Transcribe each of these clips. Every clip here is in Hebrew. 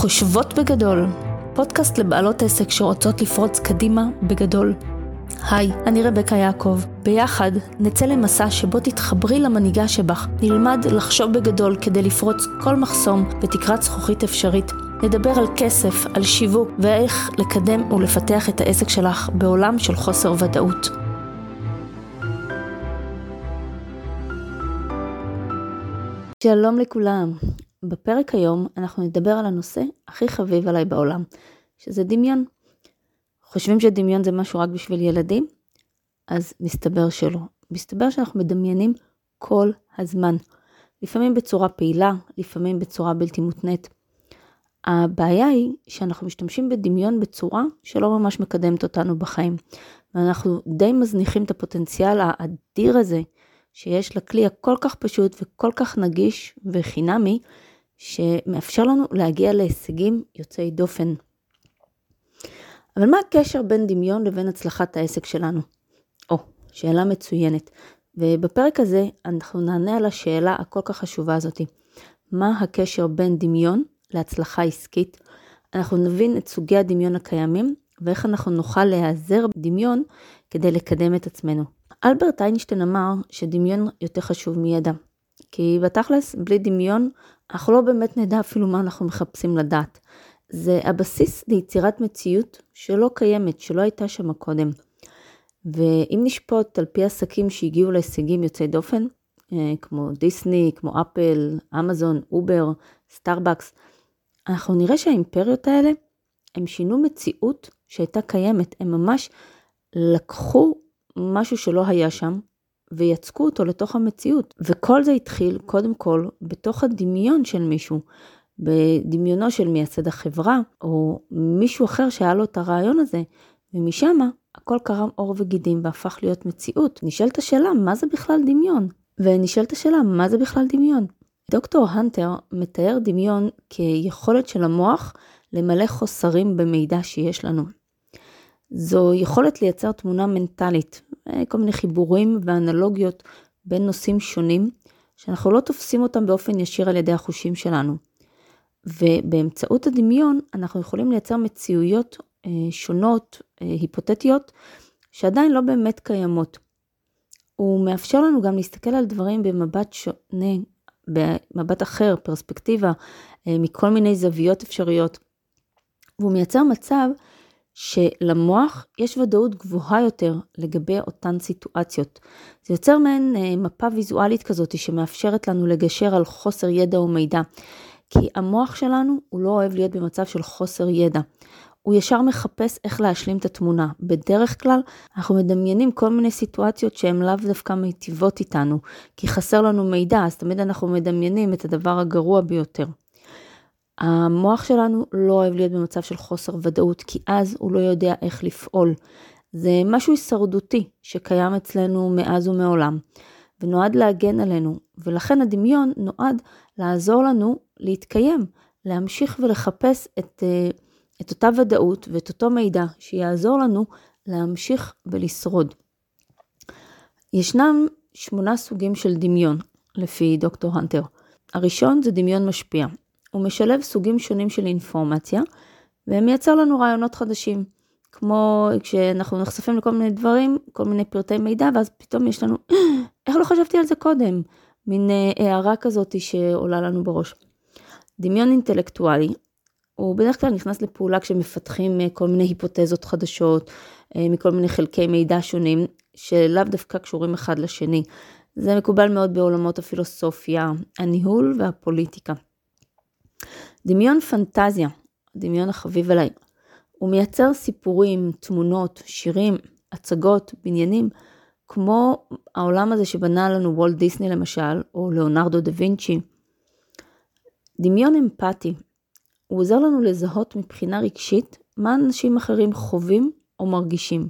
חושבות בגדול, פודקאסט לבעלות עסק שרוצות לפרוץ קדימה בגדול. היי, אני רבקה יעקב. ביחד נצא למסע שבו תתחברי למנהיגה שבך. נלמד לחשוב בגדול כדי לפרוץ כל מחסום בתקרת זכוכית אפשרית. נדבר על כסף, על שיווק ואיך לקדם ולפתח את העסק שלך בעולם של חוסר ודאות. שלום לכולם. בפרק היום אנחנו נדבר על הנושא הכי חביב עליי בעולם, שזה דמיון. חושבים שדמיון זה משהו רק בשביל ילדים? אז מסתבר שלא. מסתבר שאנחנו מדמיינים כל הזמן. לפעמים בצורה פעילה, לפעמים בצורה בלתי מותנית. הבעיה היא שאנחנו משתמשים בדמיון בצורה שלא ממש מקדמת אותנו בחיים. ואנחנו די מזניחים את הפוטנציאל האדיר הזה, שיש לכלי הכל כך פשוט וכל כך נגיש וחינמי, שמאפשר לנו להגיע להישגים יוצאי דופן. אבל מה הקשר בין דמיון לבין הצלחת העסק שלנו? שאלה מצוינת. ובפרק הזה אנחנו נענה על השאלה הכל כך חשובה הזאת. מה הקשר בין דמיון להצלחה עסקית? אנחנו נבין את סוגי הדמיון הקיימים, ואיך אנחנו נוכל להיעזר בדמיון כדי לקדם את עצמנו. אלברט איינשטיין אמר שדמיון יותר חשוב מידע. כי בתכלס, בלי דמיון, אנחנו לא באמת נדע אפילו מה אנחנו מחפשים לדעת. זה הבסיס ליצירת מציאות שלא קיימת, שלא הייתה שם קודם. ואם נשפוט על פי עסקים שהגיעו להישגים יוצאי דופן, כמו דיסני, כמו אפל, אמזון, אובר, סטארבקס, אנחנו נראה שהאימפריות האלה, הם שינו מציאות שהייתה קיימת. הם ממש לקחו משהו שלא היה שם, ויצקו אותו לתוך המציאות. וכל זה התחיל קודם כל בתוך הדמיון של מישהו, בדמיונו של מייסד החברה, או מישהו אחר שהיה לו את הרעיון הזה, ומשם הכל קרם עור וגידים והפך להיות מציאות. נשאלת השאלה, מה זה בכלל דמיון? ונשאלת השאלה, מה זה בכלל דמיון? דוקטור הנטר מתאר דמיון כיכולת של המוח למלא חוסרים במידע שיש לנו. זו יכולת לייצר תמונה מנטלית, כל מיני חיבורים ואנלוגיות בין נושאים שונים, שאנחנו לא תופסים אותם באופן ישיר על ידי החושים שלנו. ובאמצעות הדמיון אנחנו יכולים לייצר מציאויות שונות, היפותטיות, שעדיין לא באמת קיימות. הוא מאפשר לנו גם להסתכל על דברים במבט שונה, במבט אחר, פרספקטיבה, מכל מיני זוויות אפשריות. והוא מייצר מצב שלמוח יש ודאות גבוהה יותר לגבי אותן סיטואציות. זה יוצר מעין מפה ויזואלית כזאת שמאפשרת לנו לגשר על חוסר ידע או מידע. כי המוח שלנו הוא לא אוהב להיות במצב של חוסר ידע. הוא ישר מחפש איך להשלים את התמונה. בדרך כלל אנחנו מדמיינים כל מיני סיטואציות שהן לאו דווקא מיטיבות איתנו. כי חסר לנו מידע, אז תמיד אנחנו מדמיינים את הדבר הגרוע ביותר. המוח שלנו לא אוהב להיות במצב של חוסר ודאות, כי אז הוא לא יודע איך לפעול. זה משהו הישרדותי שקיים אצלנו מאז ומעולם, ונועד להגן עלינו, ולכן הדמיון נועד לעזור לנו להתקיים, להמשיך ולחפש את אותה ודאות ואת אותו מידע שיעזור לנו להמשיך ולשרוד. ישנם 8 סוגים של דמיון, לפי דוקטור הנטר. הראשון זה דמיון משפיע. הוא משלב סוגים שונים של אינפורמציה, ומייצר לנו רעיונות חדשים, כמו כשאנחנו נחשפים לכל מיני דברים, כל מיני פרטי מידע, ואז פתאום יש לנו, איך לא חשבתי על זה קודם? מין הערה כזאת שעולה לנו בראש. דמיון אינטלקטואלי, הוא בדרך כלל נכנס לפעולה כשמפתחים כל מיני היפותזות חדשות, מכל מיני חלקי מידע שונים, שלאו דווקא קשורים אחד לשני. זה מקובל מאוד בעולמות הפילוסופיה, הניהול והפוליטיקה. דמיון פנטזיה, דמיון החביב עליי, הוא מייצר סיפורים, תמונות, שירים, הצגות, בניינים, כמו העולם הזה שבנה לנו וולט דיסני למשל, או ליאונרדו דה וינצ'י. דמיון אמפתי, הוא עוזר לנו לזהות מבחינה רגשית, מה אנשים אחרים חווים או מרגישים.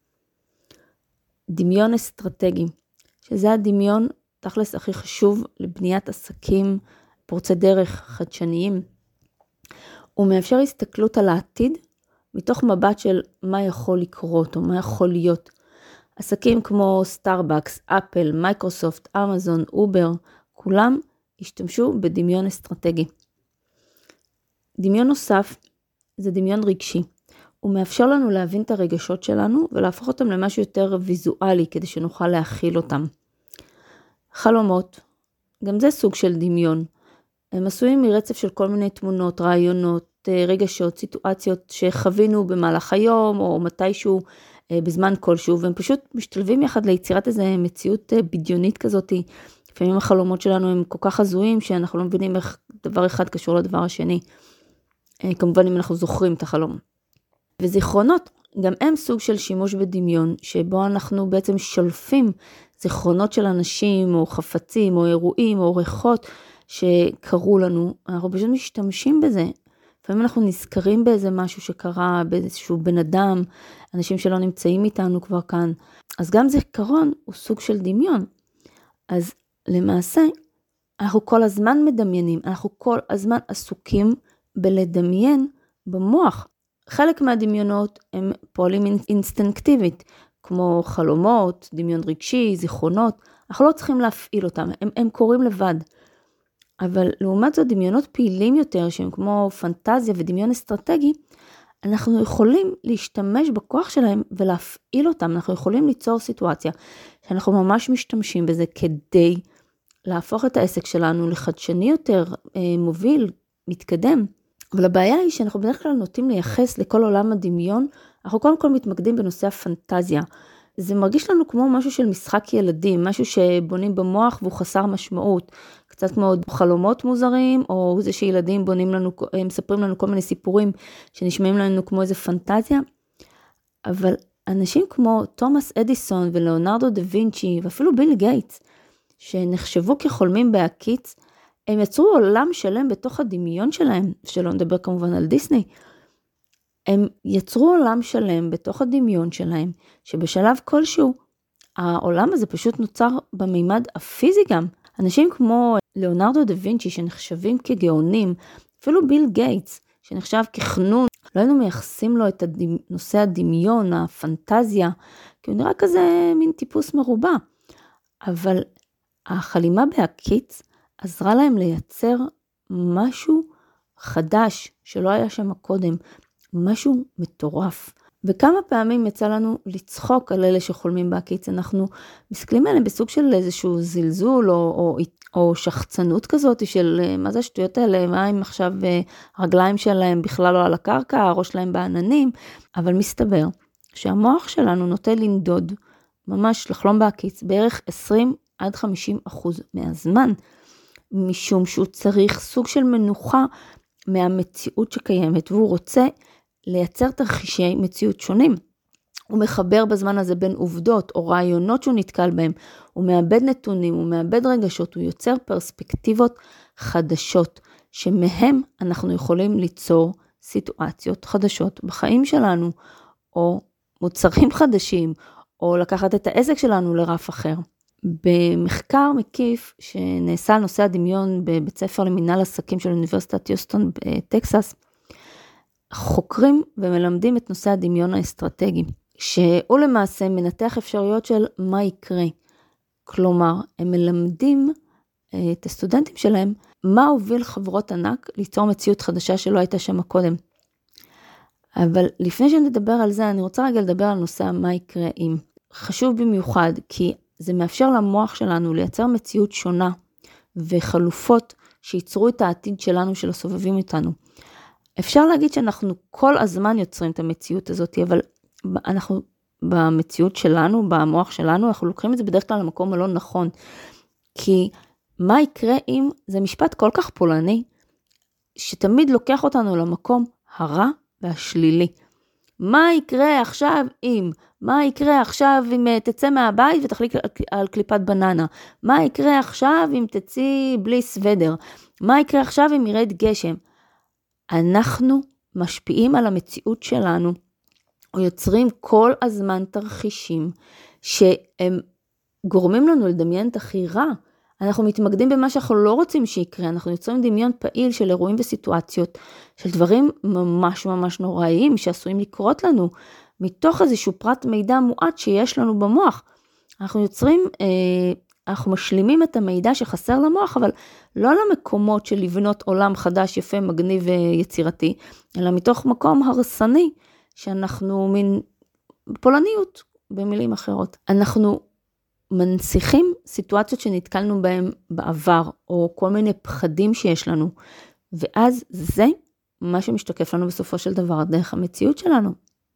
דמיון אסטרטגי, שזה הדמיון תכלס הכי חשוב לבניית עסקים, פורצי דרך חדשניים. הוא מאפשר הסתכלות על העתיד, מתוך מבט של מה יכול לקרות או מה יכול להיות. עסקים כמו סטארבקס, אפל, מייקרוסופט, אמזון, אובר, כולם השתמשו בדמיון אסטרטגי. דמיון נוסף זה דמיון רגשי. הוא מאפשר לנו להבין את הרגשות שלנו ולהפוך אותם למשהו יותר ויזואלי כדי שנוכל להכיל אותם. חלומות, גם זה סוג של דמיון. הם עשויים מרצף של כל מיני תמונות, רעיונות, רגשות, סיטואציות שחווינו במהלך היום או מתישהו בזמן כלשהו, והם פשוט משתלבים יחד ליצירת איזו מציאות בדיונית כזאת. לפעמים החלומות שלנו הם כל כך הזויים שאנחנו לא מבינים איך דבר אחד קשור לדבר השני. כמובן אם אנחנו זוכרים את החלום. וזיכרונות, גם הם סוג של שימוש בדמיון, שבו אנחנו בעצם שולפים זיכרונות של אנשים, או חפצים, או אירועים, או ריחות שקרו לנו. אנחנו פשוט משתמשים בזה. לפעמים אנחנו נזכרים באיזה משהו שקרה, באיזשהו בן אדם, אנשים שלא נמצאים איתנו כבר כאן. אז גם זיכרון הוא סוג של דמיון. אז למעשה, אנחנו כל הזמן מדמיינים, אנחנו כל הזמן עסוקים בלדמיין במוח. חלק מהדמיונות הם פועלים אינסטינקטיבית, כמו חלומות, דמיון רגשי, זיכרונות. אנחנו לא צריכים להפעיל אותם, הם קורים לבד. אבל לעומת זאת דמיונות פעילים יותר, שהם כמו פנטזיה ודמיון אסטרטגי, אנחנו יכולים להשתמש בכוח שלהם ולהפעיל אותם. אנחנו יכולים ליצור סיטואציה שאנחנו ממש משתמשים בזה כדי להפוך את העסק שלנו לחדשני יותר, מוביל, מתקדם. אבל הבעיה היא שאנחנו בדרך כלל נוטים לייחס לכל עולם הדמיון, אנחנו קודם כל מתמקדים בנושא הפנטזיה. זה מרגיש לנו כמו משהו של משחק ילדים, משהו שבונים במוח והוא חסר משמעות. קצת כמו חלומות מוזרים, או זה שילדים מספרים לנו כל מיני סיפורים שנשמעים לנו כמו איזה פנטזיה. אבל אנשים כמו תומאס אדיסון ולאונרדו דה וינצ'י, ואפילו ביל גייטס, שנחשבו כחולמים בהקיץ, הם יצרו עולם שלם בתוך הדמיון שלהם, שלא נדבר כמובן על דיסני. הם יצרו עולם שלם בתוך הדמיון שלהם, שבשלב כלשהו, העולם הזה פשוט נוצר במימד הפיזי גם. אנשים כמו לאונרדו דה וינצ'י שנחשבים כגאונים, אפילו ביל גייטס שנחשב כחנון, לא היינו מייחסים לו את נושא הדמיון, הפנטזיה, כי הוא נראה כזה מין טיפוס מרובע. אבל החלימה בהקיץ עזרה להם לייצר משהו חדש שלא היה שם קודם, משהו מטורף. וכמה פעמים יצא לנו לצחוק על אלה שחולמים בהקיץ, אנחנו מסתכלים עליהם בסוג של איזשהו זלזול או שחצנות כזאת של מה זה השטויות האלה, מה אם עכשיו הרגליים שלהם בכלל לא על הקרקע, הראש שלהם בעננים, אבל מסתבר שהמוח שלנו נוטה לנדוד, ממש לחלום בהקיץ, בערך 20-50% מהזמן, משום שהוא צריך סוג של מנוחה מהמציאות שקיימת, והוא רוצה לייצר תרחישי מציאות שונים. הוא מחבר בזמן הזה בין עובדות או רעיונות שהוא נתקל בהם, הוא מאבד נתונים, הוא מאבד רגשות, הוא יוצר פרספקטיבות חדשות, שמהם אנחנו יכולים ליצור סיטואציות חדשות בחיים שלנו, או מוצרים חדשים, או לקחת את העסק שלנו לרף אחר. במחקר מקיף שנעשה על נושא הדמיון בבית ספר למינהל עסקים של אוניברסיטת יוסטון בטקסס, חוקרים ומלמדים את נושא הדמיון האסטרטגי, שהוא למעשה מנתח אפשרויות של מה יקרה. כלומר, הם מלמדים את הסטודנטים שלהם מה הוביל חברות ענק ליצור מציאות חדשה שלא הייתה שם קודם. אבל לפני שנדבר על זה, אני רוצה רגע לדבר על נושא מה יקרה אם. חשוב במיוחד, כי זה מאפשר למוח שלנו לייצר מציאות שונה וחלופות שייצרו את העתיד שלנו, של הסובבים איתנו. אפשר להגיד שאנחנו כל הזמן יוצרים את המציאות הזאת, אבל אנחנו במציאות שלנו, במוח שלנו, אנחנו לוקחים את זה בדרך כלל למקום הלא נכון. כי מה יקרה אם זה משפט כל כך פולני, שתמיד לוקח אותנו למקום הרע והשלילי. מה יקרה עכשיו אם? מה יקרה עכשיו אם תצא מהבית ותחליק על קליפת בננה? מה יקרה עכשיו אם תצאי בלי סוודר? מה יקרה עכשיו אם ירד גשם? אנחנו משפיעים על המציאות שלנו, או יוצרים כל הזמן תרחישים, שהם גורמים לנו לדמיין את הכי רע. אנחנו מתמקדים במה שאנחנו לא רוצים שיקרה, אנחנו יוצרים דמיון פעיל של אירועים וסיטואציות, של דברים ממש ממש נוראיים, שעשויים לקרות לנו, מתוך איזשהו פרט מידע מועט שיש לנו במוח. אנחנו יוצרים אנחנו משלימים את המידע שחסר למוח, אבל לא למקומות של לבנות עולם חדש, יפה, מגניב ויצירתי, אלא מתוך מקום הרסני, שאנחנו מין פולניות, במילים אחרות. אנחנו מנציחים סיטואציות שנתקלנו בהן בעבר, או כל מיני פחדים שיש לנו, ואז זה מה שמשתקף לנו בסופו של דבר, דרך המציאות שלנו.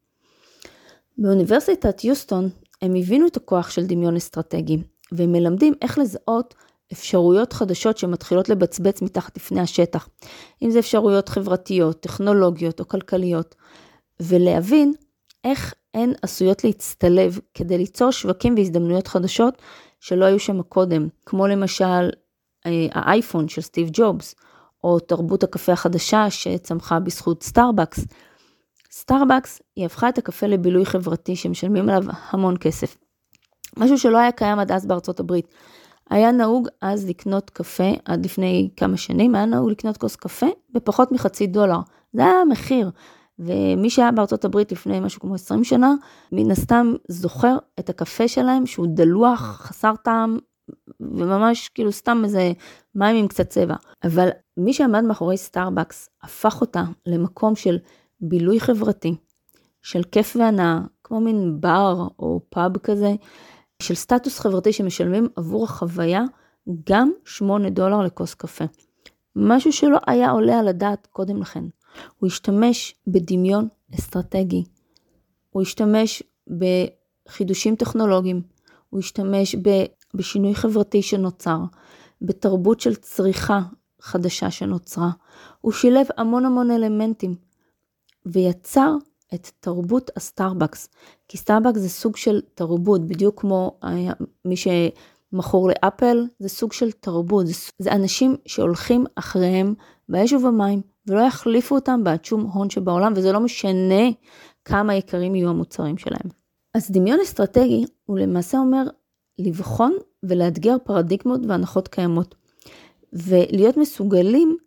באוניברסיטת יוסטון, הם הבינו את הכוח של דמיון אסטרטגי, והם מלמדים איך לזהות אפשרויות חדשות שמתחילות לבצבץ מתחת לפני השטח, אם זה אפשרויות חברתיות, טכנולוגיות או כלכליות, ולהבין איך הן עשויות להצטלב כדי ליצור שווקים והזדמנויות חדשות שלא היו שם קודם, כמו למשל האייפון של סטיב ג'ובס, או תרבות הקפה החדשה שצמחה בזכות סטארבקס. סטארבקס היא הפכה את הקפה לבילוי חברתי שמשלמים עליו המון כסף. משהו שלא היה קיים עד אז בארצות הברית. היה נהוג אז לקנות קפה, עד לפני כמה שנים, היה נהוג לקנות כוס קפה בפחות $0.50. זה היה המחיר. ומי שהיה בארצות הברית לפני משהו כמו 20 שנה, מן הסתם זוכר את הקפה שלהם, שהוא דלוח, חסר טעם, וממש כאילו סתם איזה מים עם קצת צבע. אבל מי שעמד מאחורי סטארבקס, הפך אותה למקום של בילוי חברתי, של כיף והנאה, כמו מין בר או פאב כזה, של סטטוס חברתי שמשלמים עבור החוויה גם $8 לכוס קפה. משהו שלא היה עולה על הדעת קודם לכן. הוא השתמש בדמיון אסטרטגי, הוא השתמש בחידושים טכנולוגיים, הוא השתמש בשינוי חברתי שנוצר, בתרבות של צריכה חדשה שנוצרה, הוא שילב המון אלמנטים, ויצר את תרבות הסטארבקס, כי סטארבקס זה סוג של תרבות, בדיוק כמו מי שמכור לאפל, זה סוג של תרבות, זה אנשים שהולכים אחריהם באש ובמים, ולא יחליפו אותם בעד שום הון שבעולם, וזה לא משנה כמה יקרים יהיו המוצרים שלהם. אז דמיון אסטרטגי הוא למעשה אומר לבחון ולאתגר פרדיגמות והנחות קיימות, ולהיות מסוגלים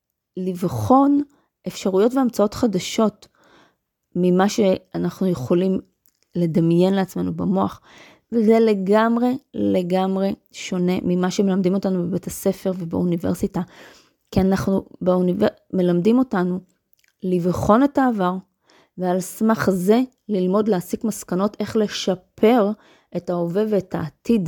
לבחון אפשרויות והמצאות חדשות ממה שאנחנו יכולים לדמיין לעצמנו במוח, וזה לגמרי שונה ממה שמלמדים אותנו בבית הספר ובאוניברסיטה, כי אנחנו מלמדים אותנו לבחון את העבר, ועל סמך זה ללמוד להסיק מסקנות איך לשפר את ההווה ואת העתיד.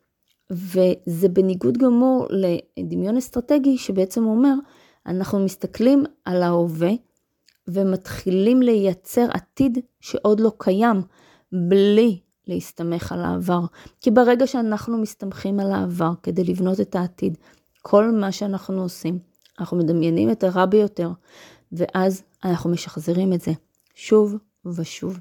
וזה בניגוד גמור לדמיון אסטרטגי שבעצם אומר, אנחנו מסתכלים על ההווה ומתחילים לייצר עתיד שעוד לא קיים בלי להסתמך על העבר. כי ברגע שאנחנו מסתמכים על העבר כדי לבנות את העתיד, כל מה שאנחנו עושים, אנחנו מדמיינים את הרע ביותר, ואז אנחנו משחזרים את זה שוב ושוב.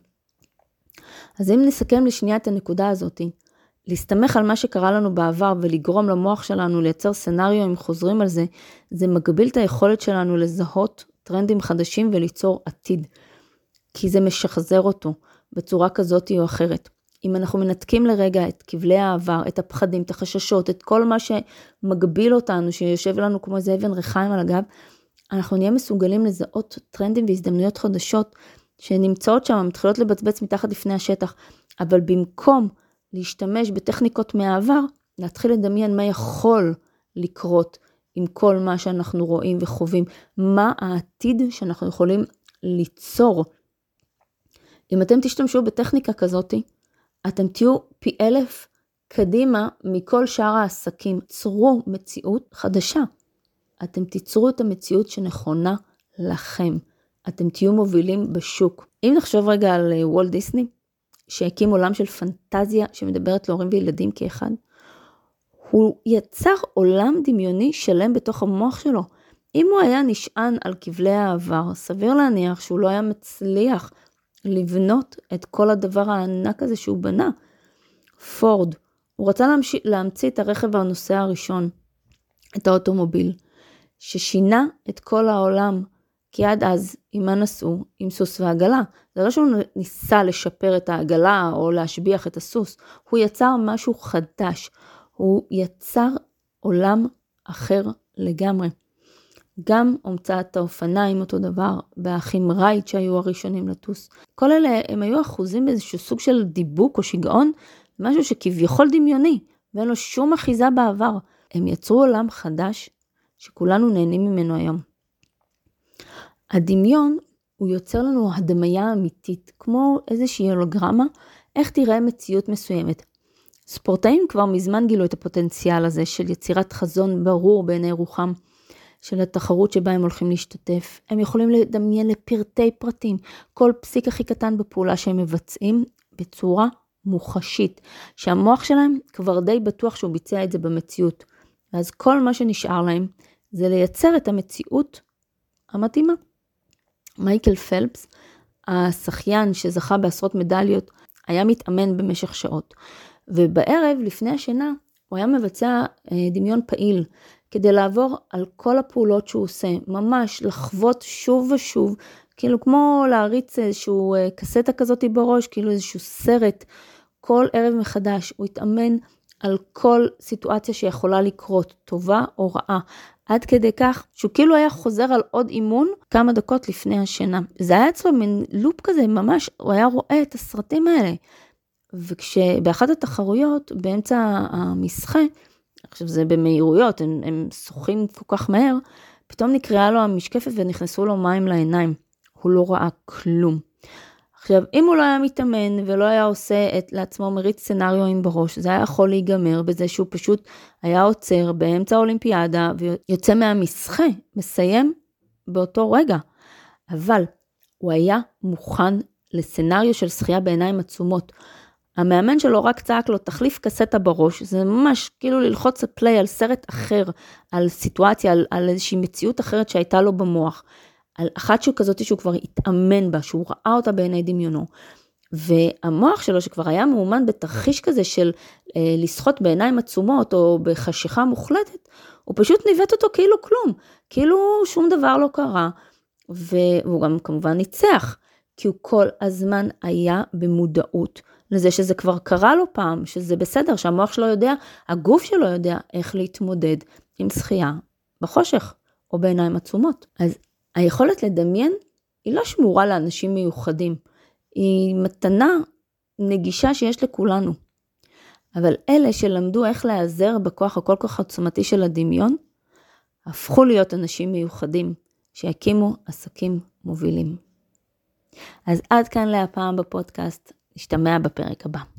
אז אם נסכם לשנייה את הנקודה הזאת, להסתמך על מה שקרה לנו בעבר ולגרום למוח שלנו לייצר סנריו אם חוזרים על זה, זה מגביל את היכולת שלנו לזהות טרנדים חדשים וליצור עתיד, כי זה משחזר אותו בצורה כזאת או אחרת. אם אנחנו מנתקים לרגע את כבלי העבר, את הפחדים, את החששות, את כל מה שמגביל אותנו, שיושב לנו כמו איזה אבן ריחיים על הגב, אנחנו נהיה מסוגלים לזהות טרנדים והזדמנויות חדשות שנמצאות שם, מתחילות לבצבץ מתחת לפני השטח, אבל במקום להשתמש בטכניקות מהעבר, להתחיל לדמיין מה יכול לקרות עם כל מה שאנחנו רואים וחווים, מה העתיד שאנחנו יכולים ליצור. אם אתם תשתמשו בטכניקה כזאת, אתם תהיו פי 1000 קדימה מכל שאר העסקים. צרו מציאות חדשה. אתם תיצרו את המציאות שנכונה לכם. אתם תהיו מובילים בשוק. אם נחשוב רגע על וולט דיסני, שהקים עולם של פנטזיה שמדברת להורים וילדים כאחד, הוא יצר עולם דמיוני שלם בתוך המוח שלו. אם הוא היה נשען על כבלי העבר, סביר להניח שהוא לא היה מצליח לבנות את כל הדבר הענק הזה שהוא בנה. פורד, הוא רצה להמציא את הרכב הנוסע הראשון, את האוטומוביל, ששינה את כל העולם, כי עד אז, עם מה נסעו? עם סוס ועגלה. זה לא שהוא ניסה לשפר את העגלה או להשביח את הסוס, הוא יצר משהו חדש, הוא יצר עולם אחר לגמרי. גם המצאת האופניים אותו דבר, והאחים רייט שהיו הראשונים לטוס. כל אלה הם היו אחוזים באיזשהו סוג של דיבוק או שגעון, משהו שכביכול דמיוני, ואין לו שום אחיזה בעבר. הם יצרו עולם חדש שכולנו נהנים ממנו היום. הדמיון הוא יוצר לנו הדמיה אמיתית, כמו איזושהי הולוגרמה, איך תראה מציאות מסוימת. ספורטאים כבר מזמן גילו את הפוטנציאל הזה של יצירת חזון ברור בעיני רוחם, של התחרות שבה הם הולכים להשתתף. הם יכולים לדמיין לפרטי פרטים, כל פסיק הכי קטן בפעולה שהם מבצעים בצורה מוחשית, שהמוח שלהם כבר די בטוח שהוא ביצע את זה במציאות. אז כל מה שנשאר להם זה לייצר את המציאות המתאימה. מייקל פלפס, השחיין שזכה בעשרות מדליות, היה מתאמן במשך שעות. ובערב, לפני השינה, הוא היה מבצע דמיון פעיל, כדי לעבור על כל הפעולות שהוא עושה, ממש לחוות שוב ושוב, כאילו כמו להריץ איזשהו קסטה כזאת בראש, כאילו איזשהו סרט, כל ערב מחדש, הוא התאמן על כל סיטואציה שיכולה לקרות, טובה או רעה, עד כדי כך שהוא כאילו היה חוזר על עוד אימון כמה דקות לפני השינה. זה היה אצלו מין לופ כזה, ממש הוא היה רואה את הסרטים האלה. וכשבאחת התחרויות, באמצע המשחה, עכשיו זה במהירויות, הם שוחים כל כך מהר, פתאום נקראה לו המשקפת ונכנסו לו מים לעיניים. הוא לא ראה כלום. עכשיו, אם הוא לא היה מתאמן ולא היה עושה לעצמו מריץ סצנריואים בראש, זה היה יכול להיגמר בזה שהוא פשוט היה עוצר באמצע האולימפיאדה ויוצא מהמשחה, מסיים באותו רגע. אבל הוא היה מוכן לסצנריו של שחייה בעיניים עצומות. המאמן שלו רק צעק לו, תחליף קסטה בראש, זה ממש כאילו ללחוץ פליי על סרט אחר, על סיטואציה, על איזושהי מציאות אחרת שהייתה לו במוח. על אחת שהוא כזאת שהוא כבר התאמן בה, שהוא ראה אותה בעיני דמיונו. והמוח שלו שכבר היה מאומן בתרחיש כזה של לשחות בעיניים עצומות או בחשיכה מוחלטת, הוא פשוט ניווט אותו כאילו כלום, כאילו שום דבר לא קרה, והוא גם כמובן ניצח, כי הוא כל הזמן היה במודעות לזה שזה כבר קרה לו פעם, שזה בסדר, שהמוח שלו יודע, הגוף שלו יודע איך להתמודד עם שחייה בחושך או בעיניים עצומות. אז היכולת לדמיין היא לא שמורה לאנשים מיוחדים, היא מתנה נגישה שיש לכולנו. אבל אלה שלמדו איך להיעזר בכוח הכל כך עוצמתי של הדמיון, הפכו להיות אנשים מיוחדים שהקימו עסקים מובילים. אז עד כאן להפעם בפודקאסט, נשתמע בפרק הבא.